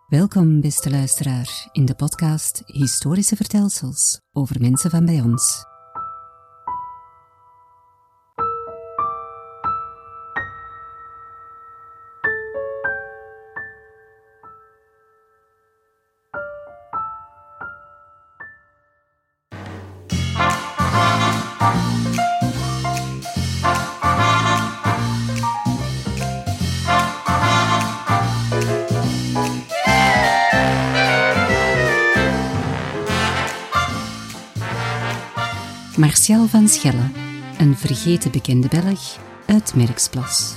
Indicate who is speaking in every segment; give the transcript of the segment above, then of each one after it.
Speaker 1: Welkom, beste luisteraar, in de podcast Historische Vertelsels over mensen van bij ons. Martial van Schelle, een vergeten bekende Belg uit Merksplas.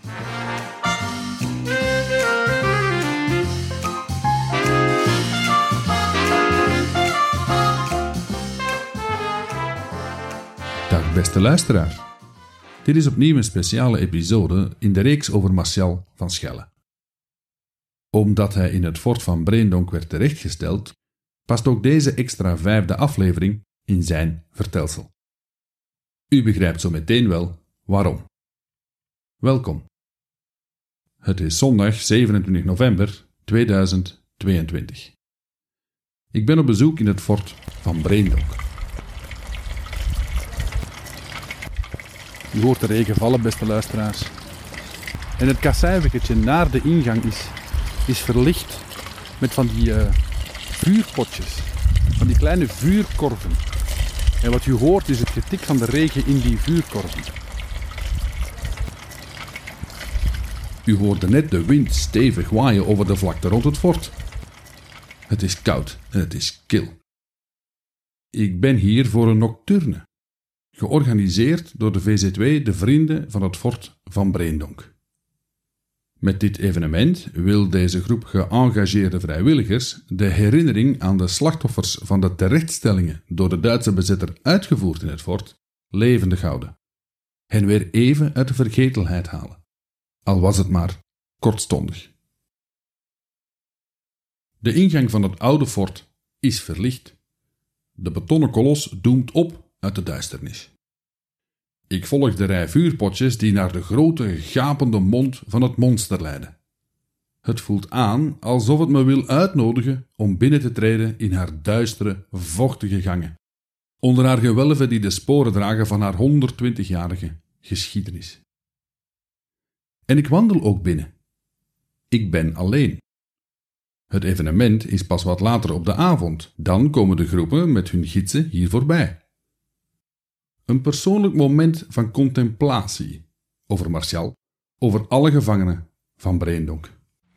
Speaker 2: Dag beste luisteraar. Dit is opnieuw een speciale episode in de reeks over Martial van Schelle. Omdat hij in het fort van Breendonk werd terechtgesteld, past ook deze extra 5e aflevering in zijn vertelsel. U begrijpt zo meteen wel waarom. Welkom. Het is zondag 27 november 2022. Ik ben op bezoek in het fort van Breendonk. U hoort de regen vallen, beste luisteraars. En het kasseiveketje naar de ingang is verlicht met van die vuurpotjes, van die kleine vuurkorven. En wat u hoort is het getik van de regen in die vuurkorven. U hoorde net de wind stevig waaien over de vlakte rond het fort. Het is koud en het is kil. Ik ben hier voor een nocturne, georganiseerd door de VZW, de Vrienden van het Fort van Breendonk. Met dit evenement wil deze groep geëngageerde vrijwilligers de herinnering aan de slachtoffers van de terechtstellingen door de Duitse bezetter uitgevoerd in het fort levendig houden. Hen weer even uit de vergetelheid halen, al was het maar kortstondig. De ingang van het oude fort is verlicht. De betonnen kolos doemt op uit de duisternis. Ik volg de rij vuurpotjes die naar de grote, gapende mond van het monster leiden. Het voelt aan alsof het me wil uitnodigen om binnen te treden in haar duistere, vochtige gangen, onder haar gewelven die de sporen dragen van haar 120-jarige geschiedenis. En ik wandel ook binnen. Ik ben alleen. Het evenement is pas wat later op de avond, dan komen de groepen met hun gidsen hier voorbij. Een persoonlijk moment van contemplatie over Martial, over alle gevangenen van Breendonk.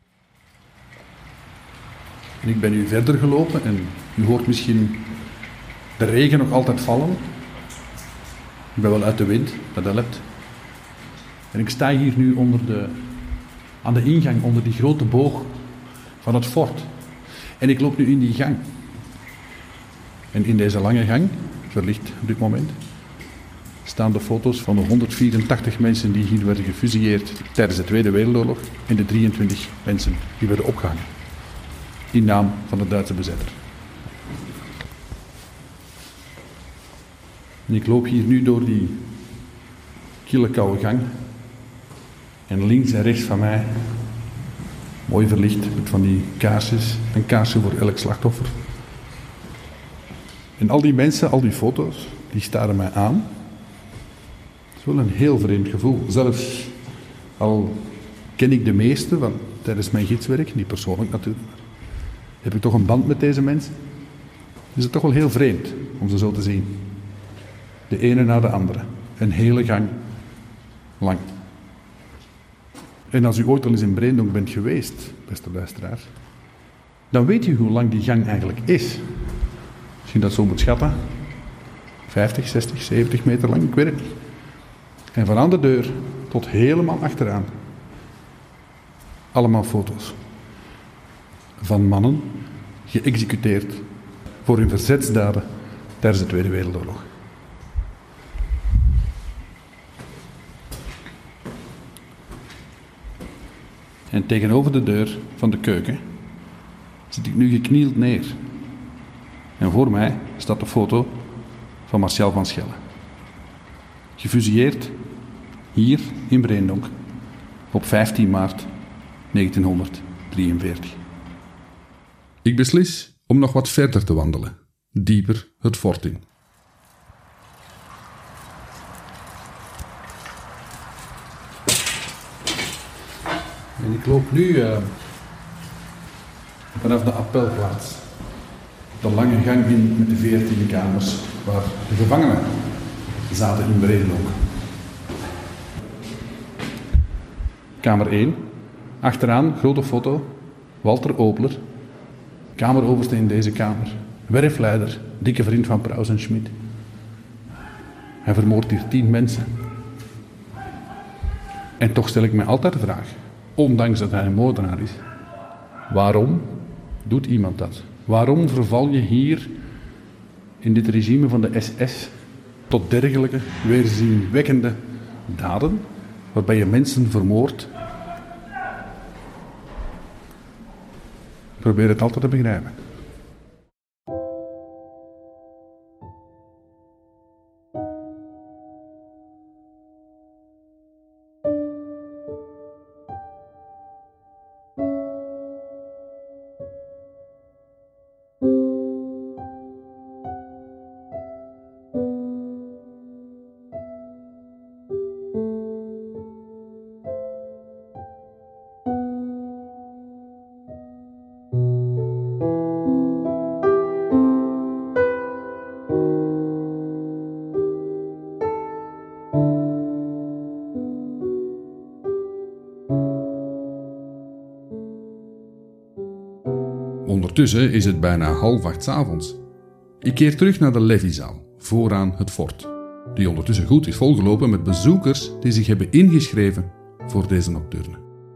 Speaker 2: En ik ben nu verder gelopen en u hoort misschien de regen nog altijd vallen. Ik ben wel uit de wind, dat helpt. En ik sta hier nu aan de ingang, onder die grote boog van het fort. En ik loop nu in die gang. En in deze lange gang, verlicht op dit moment, staan de foto's van de 184 mensen die hier werden gefusilleerd tijdens de Tweede Wereldoorlog en de 23 mensen die werden opgehangen in naam van de Duitse bezetter. En ik loop hier nu door die kille koude gang en links en rechts van mij, mooi verlicht met van die kaarsjes, een kaarsje voor elk slachtoffer. En al die mensen, al die foto's, die staren mij aan. Het is wel een heel vreemd gevoel. Zelfs al ken ik de meeste tijdens mijn gidswerk, niet persoonlijk natuurlijk, maar heb ik toch een band met deze mensen. Is het toch wel heel vreemd om ze zo te zien. De ene na de andere. Een hele gang lang. En als u ooit al eens in Breendonk bent geweest, beste luisteraars, dan weet u hoe lang die gang eigenlijk is. Als je dat zo moet schatten, 50, 60, 70 meter lang, ik weet het niet. En van aan de deur tot helemaal achteraan. Allemaal foto's. Van mannen geëxecuteerd voor hun verzetsdaden tijdens de Tweede Wereldoorlog. En tegenover de deur van de keuken zit ik nu geknield neer. En voor mij staat de foto van Martial van Schelle. Gefusilleerd hier in Breendonk op 15 maart 1943. Ik beslis om nog wat verder te wandelen, dieper het fort in. En ik loop nu vanaf de appelplaats. De lange gang in met de 14 kamers waar de gevangenen zaten in Breendonk. Kamer 1. Achteraan, grote foto, Walter Opler. Kameroverste in deze kamer. Werfleider, dikke vriend van Praus en Schmid. Hij vermoordt hier 10 mensen. En toch stel ik mij altijd de vraag, ondanks dat hij een moordenaar is, waarom doet iemand dat? Waarom verval je hier in dit regime van de SS tot dergelijke weerzinwekkende daden, waarbij je mensen vermoordt? Ik probeer het altijd te begrijpen. Ondertussen is het bijna 7:30 avonds. Ik keer terug naar de Levyzaal, vooraan het fort, die ondertussen goed is volgelopen met bezoekers die zich hebben ingeschreven voor deze nocturne.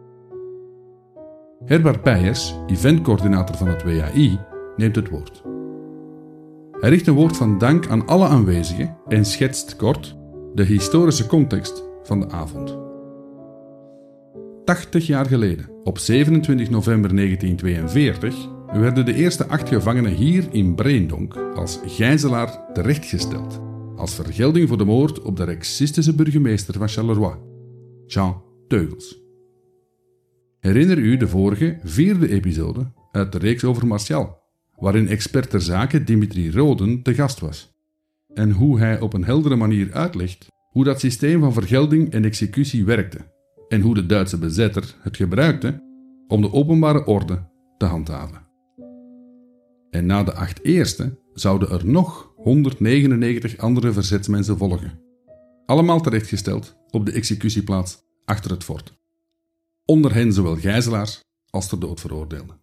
Speaker 2: Herbert Peijers, eventcoördinator van het WAI, neemt het woord. Hij richt een woord van dank aan alle aanwezigen en schetst kort de historische context van de avond. 80 jaar geleden, op 27 november 1942, werden de eerste 8 gevangenen hier in Breendonk als gijzelaar terechtgesteld, als vergelding voor de moord op de rexistische burgemeester van Charleroi, Jean Teugels. Herinner u de vorige 4e episode uit de reeks over Martial, waarin expert ter zake Dimitri Roden te gast was, en hoe hij op een heldere manier uitlegt hoe dat systeem van vergelding en executie werkte en hoe de Duitse bezetter het gebruikte om de openbare orde te handhaven. En na de 8 eerste zouden er nog 199 andere verzetsmensen volgen. Allemaal terechtgesteld op de executieplaats achter het fort. Onder hen zowel gijzelaars als ter dood veroordeelden.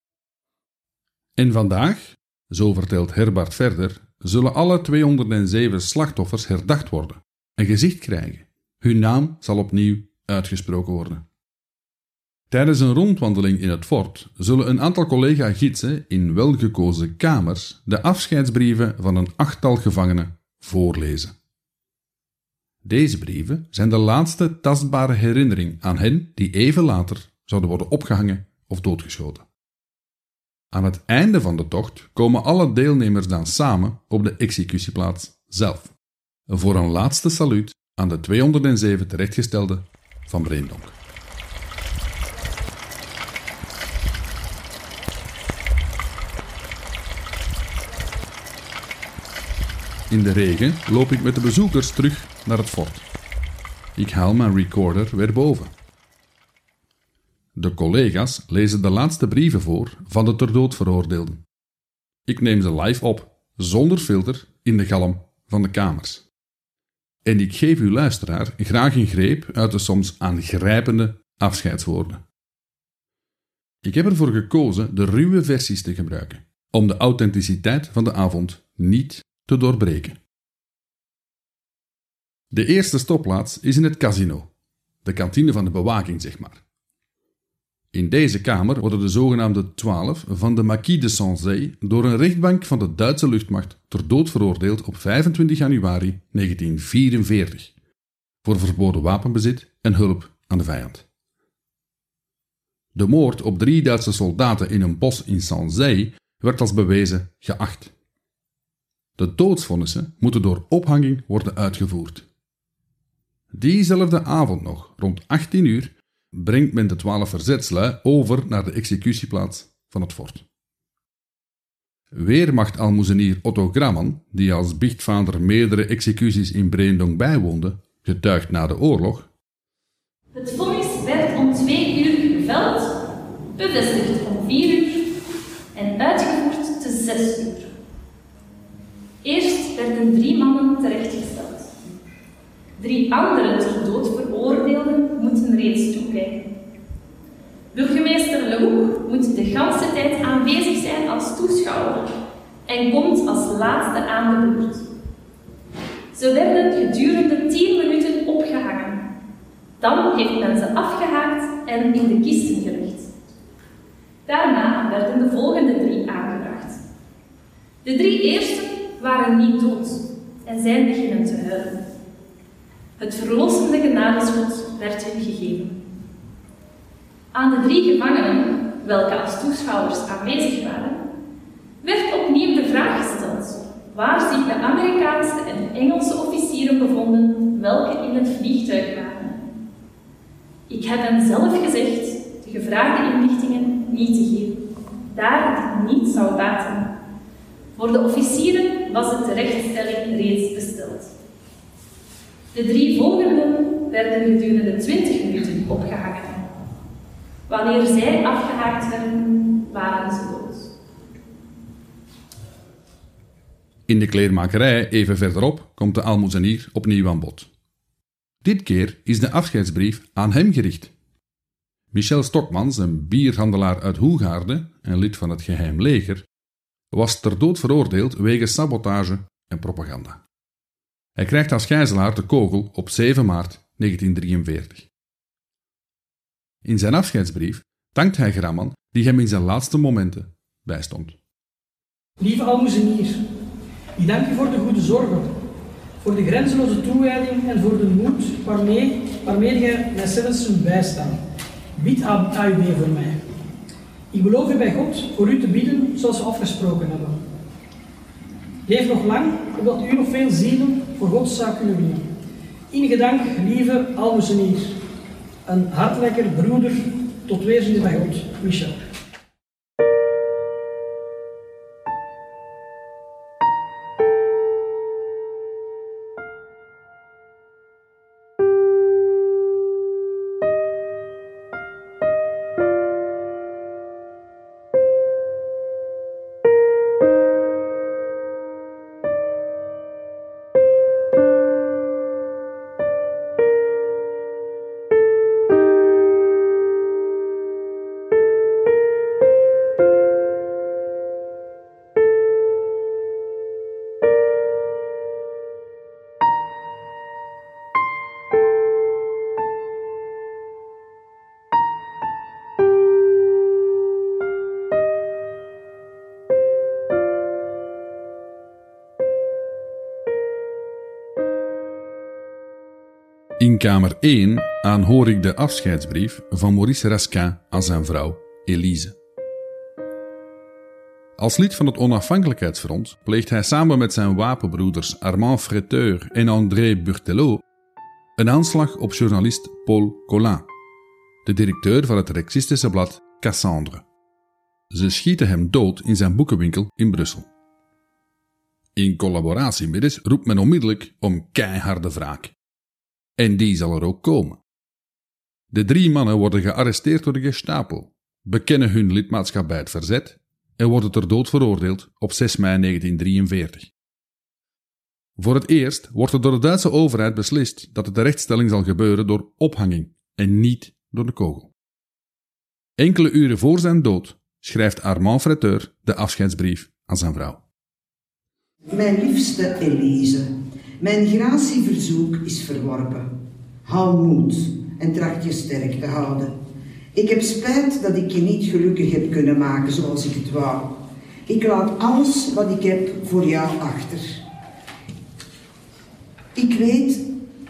Speaker 2: En vandaag, zo vertelt Herbert verder, zullen alle 207 slachtoffers herdacht worden, een gezicht krijgen. Hun naam zal opnieuw uitgesproken worden. Tijdens een rondwandeling in het fort zullen een aantal collega-gidsen in welgekozen kamers de afscheidsbrieven van een 8-tal gevangenen voorlezen. Deze brieven zijn de laatste tastbare herinnering aan hen die even later zouden worden opgehangen of doodgeschoten. Aan het einde van de tocht komen alle deelnemers dan samen op de executieplaats zelf, voor een laatste saluut aan de 207 terechtgestelden van Breendonk. In de regen loop ik met de bezoekers terug naar het fort. Ik haal mijn recorder weer boven. De collega's lezen de laatste brieven voor van de ter dood veroordeelden. Ik neem ze live op, zonder filter, in de galm van de kamers. En ik geef uw luisteraar graag een greep uit de soms aangrijpende afscheidswoorden. Ik heb ervoor gekozen de ruwe versies te gebruiken, om de authenticiteit van de avond niet te doorbreken. De eerste stopplaats is in het casino, de kantine van de bewaking, zeg maar. In deze kamer worden de zogenaamde 12 van de Marquis de Sanzay door een rechtbank van de Duitse luchtmacht ter dood veroordeeld op 25 januari 1944 voor verboden wapenbezit en hulp aan de vijand. De moord op 3 Duitse soldaten in een bos in Sanzay werd als bewezen geacht. De doodsvonnissen moeten door ophanging worden uitgevoerd. Diezelfde avond nog, rond 18 uur, brengt men de 12 verzetslui over naar de executieplaats van het fort. Weermachtalmoezenier Otto Gramman, die als biechtvader meerdere executies in Breendonk bijwoonde, getuigt na de oorlog.
Speaker 3: Het vonnis werd om 2 uur geveld, bevestigd om 4 uur en uitgevoerd te 6 uur. Eerst werden 3 mannen terechtgesteld. 3 anderen ter dood veroordeelden moeten reeds toekijken. Burgemeester Lehoek moet de ganse tijd aanwezig zijn als toeschouwer en komt als laatste aan de beurt. Ze werden gedurende 10 minuten opgehangen. Dan heeft men ze afgehaakt en in de kisten gelegd. Daarna werden de volgende 3 aangebracht. De 3 eersten waren niet dood en zijn beginnen te huilen. Het verlossende genadeschot werd hun gegeven. Aan de 3 gevangenen, welke als toeschouwers aanwezig waren, werd opnieuw de vraag gesteld waar zich de Amerikaanse en Engelse officieren bevonden welke in het vliegtuig waren. Ik heb hen zelf gezegd de gevraagde inlichtingen niet te geven, daar dit niet zou baten. Voor de officieren was de terechtstelling reeds besteld. De 3 volgenden werden gedurende 20 minuten opgehangen. Wanneer zij afgehaakt werden, waren ze dood.
Speaker 2: In de kleermakerij even verderop komt de aalmoezenier opnieuw aan bod. Dit keer is de afscheidsbrief aan hem gericht. Michel Stokmans, een bierhandelaar uit Hoegaarden en lid van het geheim leger, was ter dood veroordeeld wegens sabotage en propaganda. Hij krijgt als gijzelaar de kogel op 7 maart 1943. In zijn afscheidsbrief dankt hij Gramman, die hem in zijn laatste momenten bijstond.
Speaker 4: Lieve aalmoezenier, ik dank u voor de goede zorgen, voor de grenzeloze toewijding en voor de moed waarmee je mij zelfs kunt bijstaan. Bid AUB voor mij. Ik beloof u bij God voor u te bidden zoals we afgesproken hebben. Leef nog lang, opdat u nog veel zielen voor God zou kunnen winnen. Innige dank, lieve aalmoezenier. Een hartelijke broeder, tot weerziens bij God, Michel.
Speaker 2: In kamer 1 aanhoor ik de afscheidsbrief van Maurice Raskin aan zijn vrouw, Elise. Als lid van het Onafhankelijkheidsfront pleegt hij samen met zijn wapenbroeders Armand Freteur en André Burtelot een aanslag op journalist Paul Collin, de directeur van het Rexistische blad Cassandre. Ze schieten hem dood in zijn boekenwinkel in Brussel. In collaboratiemiddels roept men onmiddellijk om keiharde wraak. En die zal er ook komen. De 3 mannen worden gearresteerd door de Gestapo, bekennen hun lidmaatschap bij het verzet en worden ter dood veroordeeld op 6 mei 1943. Voor het eerst wordt er door de Duitse overheid beslist dat de terechtstelling zal gebeuren door ophanging en niet door de kogel. Enkele uren voor zijn dood schrijft Armand Freteur de afscheidsbrief aan zijn vrouw.
Speaker 5: Mijn liefste Elise, mijn gratieverzoek is verworpen. Hou moed en tracht je sterk te houden. Ik heb spijt dat ik je niet gelukkig heb kunnen maken zoals ik het wou. Ik laat alles wat ik heb voor jou achter. Ik weet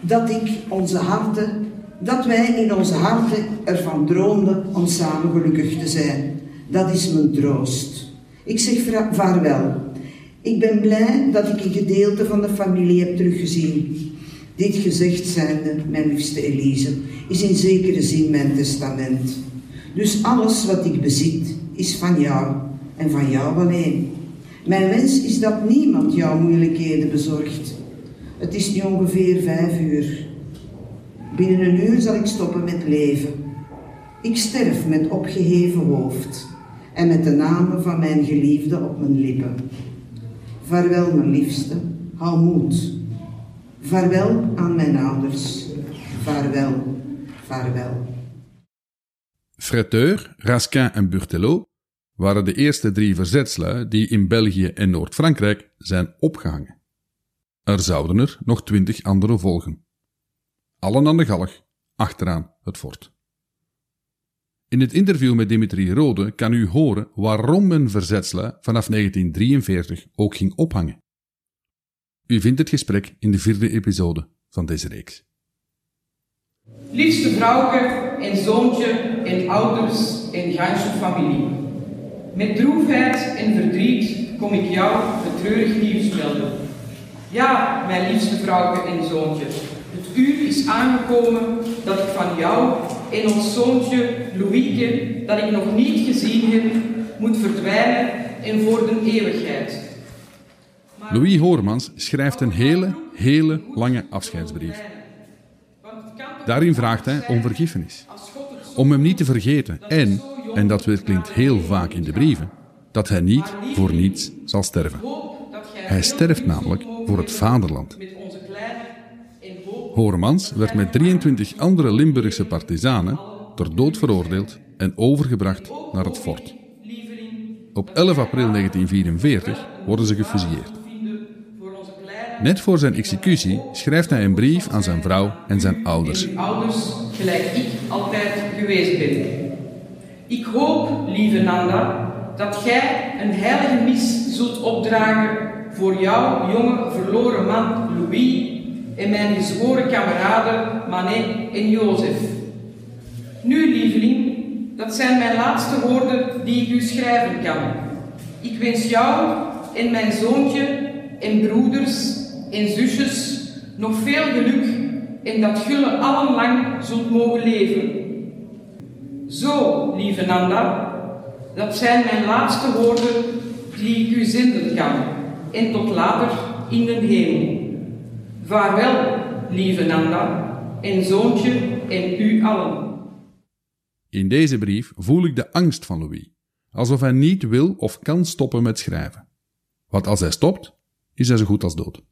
Speaker 5: dat wij in onze harten ervan droomden om samen gelukkig te zijn. Dat is mijn troost. Ik zeg vaarwel. Ik ben blij dat ik een gedeelte van de familie heb teruggezien. Dit gezegd zijnde, mijn liefste Elise, is in zekere zin mijn testament. Dus alles wat ik bezit is van jou en van jou alleen. Mijn wens is dat niemand jouw moeilijkheden bezorgt. Het is nu ongeveer 5 uur. Binnen een uur zal ik stoppen met leven. Ik sterf met opgeheven hoofd en met de namen van mijn geliefde op mijn lippen. Vaarwel, mijn liefste, hou moed. Vaarwel aan mijn ouders. Vaarwel, vaarwel.
Speaker 2: Freteur, Raskin en Burtelot waren de eerste 3 verzetslui die in België en Noord-Frankrijk zijn opgehangen. Er zouden er nog 20 andere volgen. Allen aan de galg, achteraan het fort. In het interview met Dimitri Rode kan u horen waarom een verzetslui vanaf 1943 ook ging ophangen. U vindt het gesprek in de 4e episode van deze reeks.
Speaker 6: Liefste vrouwke en zoontje en ouders en ganse familie. Met droefheid en verdriet kom ik jou het treurig nieuws melden. Ja, mijn liefste vrouwke en zoontje, het uur is aangekomen dat ik van jou en ons zoontje Louieke, dat ik nog niet gezien heb, moet verdwijnen en voor de eeuwigheid.
Speaker 2: Louis Horemans schrijft een hele lange afscheidsbrief. Daarin vraagt hij om vergiffenis. Om hem niet te vergeten en dat klinkt heel vaak in de brieven, dat hij niet voor niets zal sterven. Hij sterft namelijk voor het vaderland. Horemans werd met 23 andere Limburgse partizanen ter dood veroordeeld en overgebracht naar het fort. Op 11 april 1944 worden ze gefusilleerd. Net voor zijn executie schrijft hij een brief aan zijn vrouw en zijn ouders.
Speaker 6: En uw ouders, gelijk ik altijd geweest ben. Ik hoop, lieve Nanda, dat gij een heilige mis zult opdragen voor jouw jonge verloren man Louis en mijn gezworen kameraden Manet en Jozef. Nu, lieveling, dat zijn mijn laatste woorden die ik u schrijven kan. Ik wens jou en mijn zoontje en broeders en zusjes nog veel geluk en dat jullie allen lang zult mogen leven. Zo, lieve Nanda, dat zijn mijn laatste woorden die ik u zenden kan en tot later in de hemel. Vaarwel, lieve Nanda en zoontje en u allen.
Speaker 2: In deze brief voel ik de angst van Louis, alsof hij niet wil of kan stoppen met schrijven. Want als hij stopt, is hij zo goed als dood.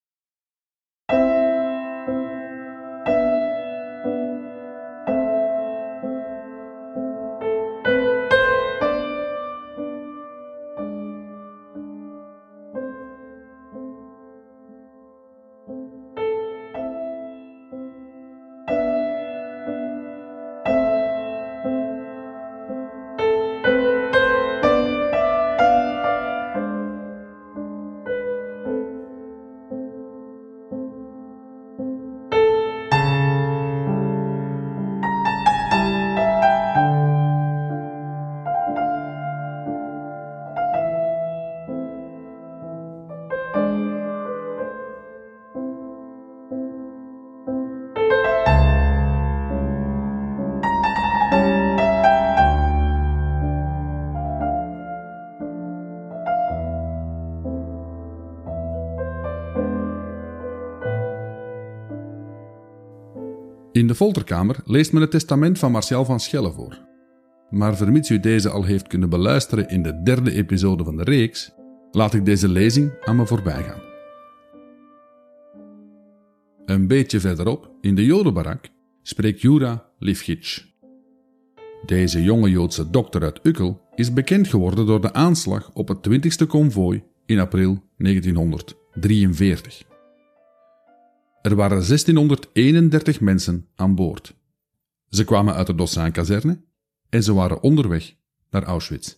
Speaker 2: In de folterkamer leest men het testament van Martial van Schelle voor. Maar vermits u deze al heeft kunnen beluisteren in de 3e episode van de reeks, laat ik deze lezing aan me voorbij gaan. Een beetje verderop, in de Jodenbarak, spreekt Jura Livchich. Deze jonge Joodse dokter uit Ukkel is bekend geworden door de aanslag op het 20e konvooi in april 1943. Er waren 1631 mensen aan boord. Ze kwamen uit de Dossin-kazerne en ze waren onderweg naar Auschwitz.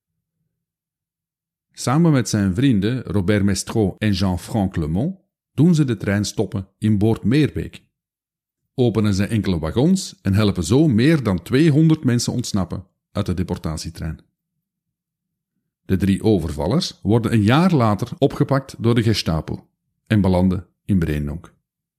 Speaker 2: Samen met zijn vrienden Robert Mestreau en Jean-Franck Lemont doen ze de trein stoppen in Boord-Meerbeek. Openen ze enkele wagons en helpen zo meer dan 200 mensen ontsnappen uit de deportatietrein. De 3 overvallers worden een jaar later opgepakt door de Gestapo en belanden in Breendonk.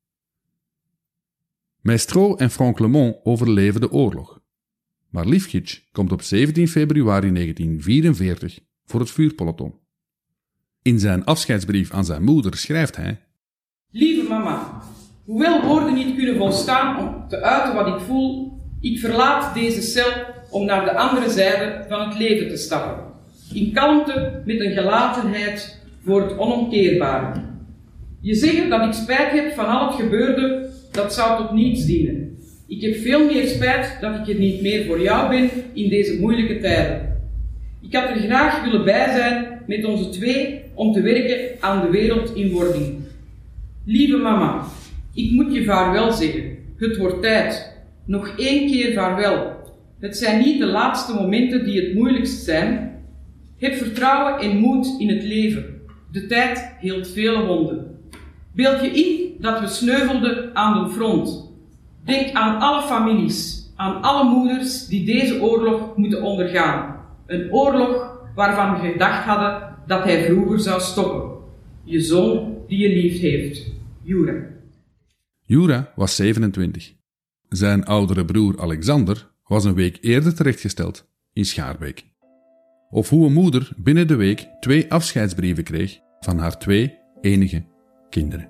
Speaker 2: Mestreau en Franck Lemont overleven de oorlog, maar Livchich komt op 17 februari 1944 voor het vuurpeloton. In zijn afscheidsbrief aan zijn moeder schrijft hij:
Speaker 6: Lieve mama, hoewel woorden niet kunnen volstaan om te uiten wat ik voel, ik verlaat deze cel om naar de andere zijde van het leven te stappen. In kalmte, met een gelatenheid voor het onomkeerbare. Je zeggen dat ik spijt heb van al het gebeurde, dat zou tot niets dienen. Ik heb veel meer spijt dat ik er niet meer voor jou ben in deze moeilijke tijden. Ik had er graag willen bij zijn met onze twee om te werken aan de wereld in wording. Lieve mama, ik moet je vaarwel zeggen. Het wordt tijd. Nog 1 keer vaarwel. Het zijn niet de laatste momenten die het moeilijkst zijn. Heb vertrouwen en moed in het leven. De tijd heelt vele wonden. Beeld je in dat we sneuvelden aan de front. Denk aan alle families, aan alle moeders die deze oorlog moeten ondergaan. Een oorlog waarvan we gedacht hadden dat hij vroeger zou stoppen. Je zoon die je lief heeft, Jura.
Speaker 2: Jura was 27. Zijn oudere broer Alexander was een week eerder terechtgesteld in Schaarbeek. Of hoe een moeder binnen de week 2 afscheidsbrieven kreeg van haar 2 enige kinderen.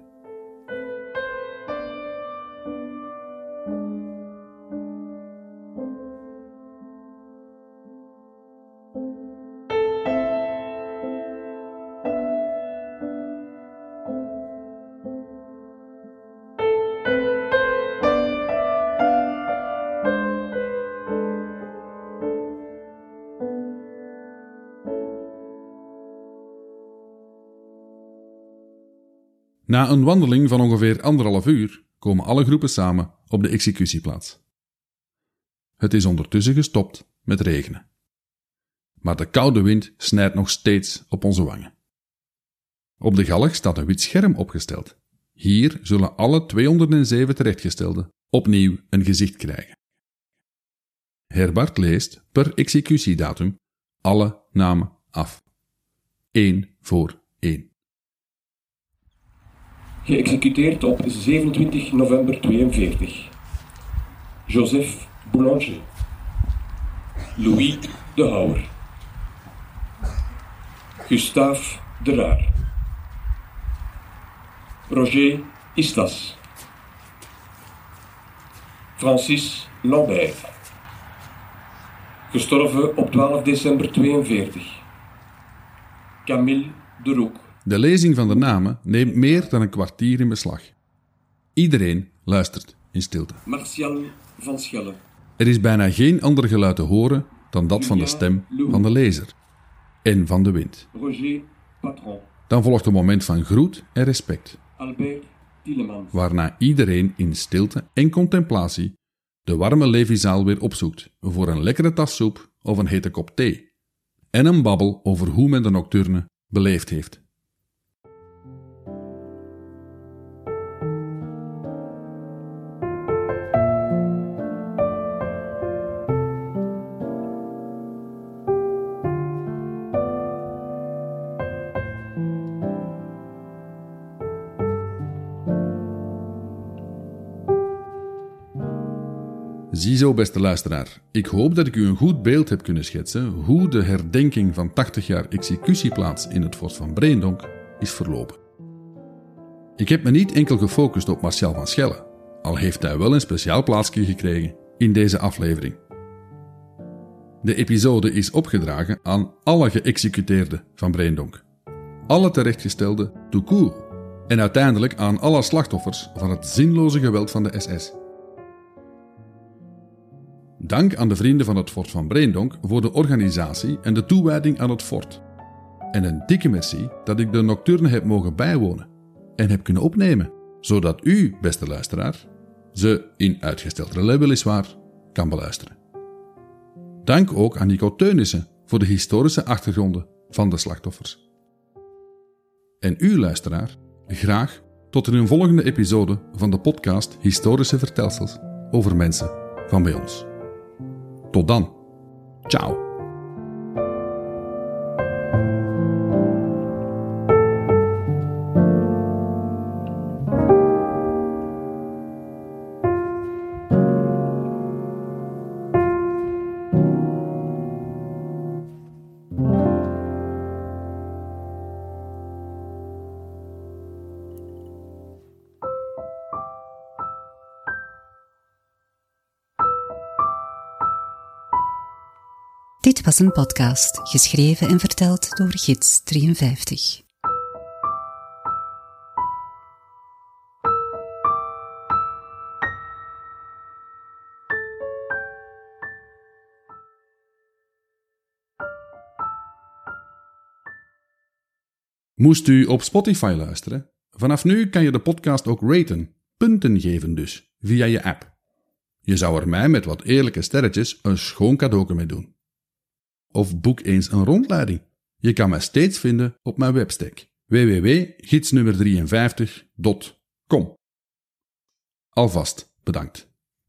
Speaker 2: Na een wandeling van ongeveer 1,5 uur komen alle groepen samen op de executieplaats. Het is ondertussen gestopt met regenen. Maar de koude wind snijdt nog steeds op onze wangen. Op de galg staat een wit scherm opgesteld. Hier zullen alle 207 terechtgestelden opnieuw een gezicht krijgen. Herbart leest per executiedatum alle namen af. 1 voor 1.
Speaker 7: Geëxecuteerd op 27 november 42. Joseph Boulanger. Louis de Houwer. Gustave de Raar. Roger Istas. Francis Lambert. Gestorven op 12 december 42. Camille de Roek.
Speaker 2: De lezing van de namen neemt meer dan een kwartier in beslag. Iedereen luistert in stilte.
Speaker 7: Martial van Schelle.
Speaker 2: Er is bijna geen ander geluid te horen dan dat van de stem van de lezer en van de wind.
Speaker 7: Roger Patron.
Speaker 2: Dan volgt een moment van groet en respect,
Speaker 7: Albert Tielemans.
Speaker 2: waarna iedereen in stilte en contemplatie de warme Levizaal weer opzoekt voor een lekkere tas soep of een hete kop thee en een babbel over hoe men de nocturne beleefd heeft. Ziezo, beste luisteraar, ik hoop dat ik u een goed beeld heb kunnen schetsen hoe de herdenking van 80 jaar executieplaats in het fort van Breendonk is verlopen. Ik heb me niet enkel gefocust op Martial van Schelle, al heeft hij wel een speciaal plaatsje gekregen in deze aflevering. De episode is opgedragen aan alle geëxecuteerden van Breendonk, alle terechtgestelden tout court en uiteindelijk aan alle slachtoffers van het zinloze geweld van de SS. Dank aan de vrienden van het fort van Breendonk voor de organisatie en de toewijding aan het fort. En een dikke merci dat ik de nocturne heb mogen bijwonen en heb kunnen opnemen, zodat u, beste luisteraar, ze in uitgesteld relais weliswaar kan beluisteren. Dank ook aan Nico Teunissen voor de historische achtergronden van de slachtoffers. En u, luisteraar, graag tot in een volgende episode van de podcast Historische Vertelsels over mensen van bij ons. Tot dan. Ciao.
Speaker 1: Dit was een podcast, geschreven en verteld door Gids 53.
Speaker 2: Moest u op Spotify luisteren? Vanaf nu kan je de podcast ook raten, punten geven dus, via je app. Je zou er mij met wat eerlijke sterretjes een schoon cadeau mee doen. Of boek eens een rondleiding. Je kan mij steeds vinden op mijn webstack www.gidsnummer53.com. Alvast bedankt.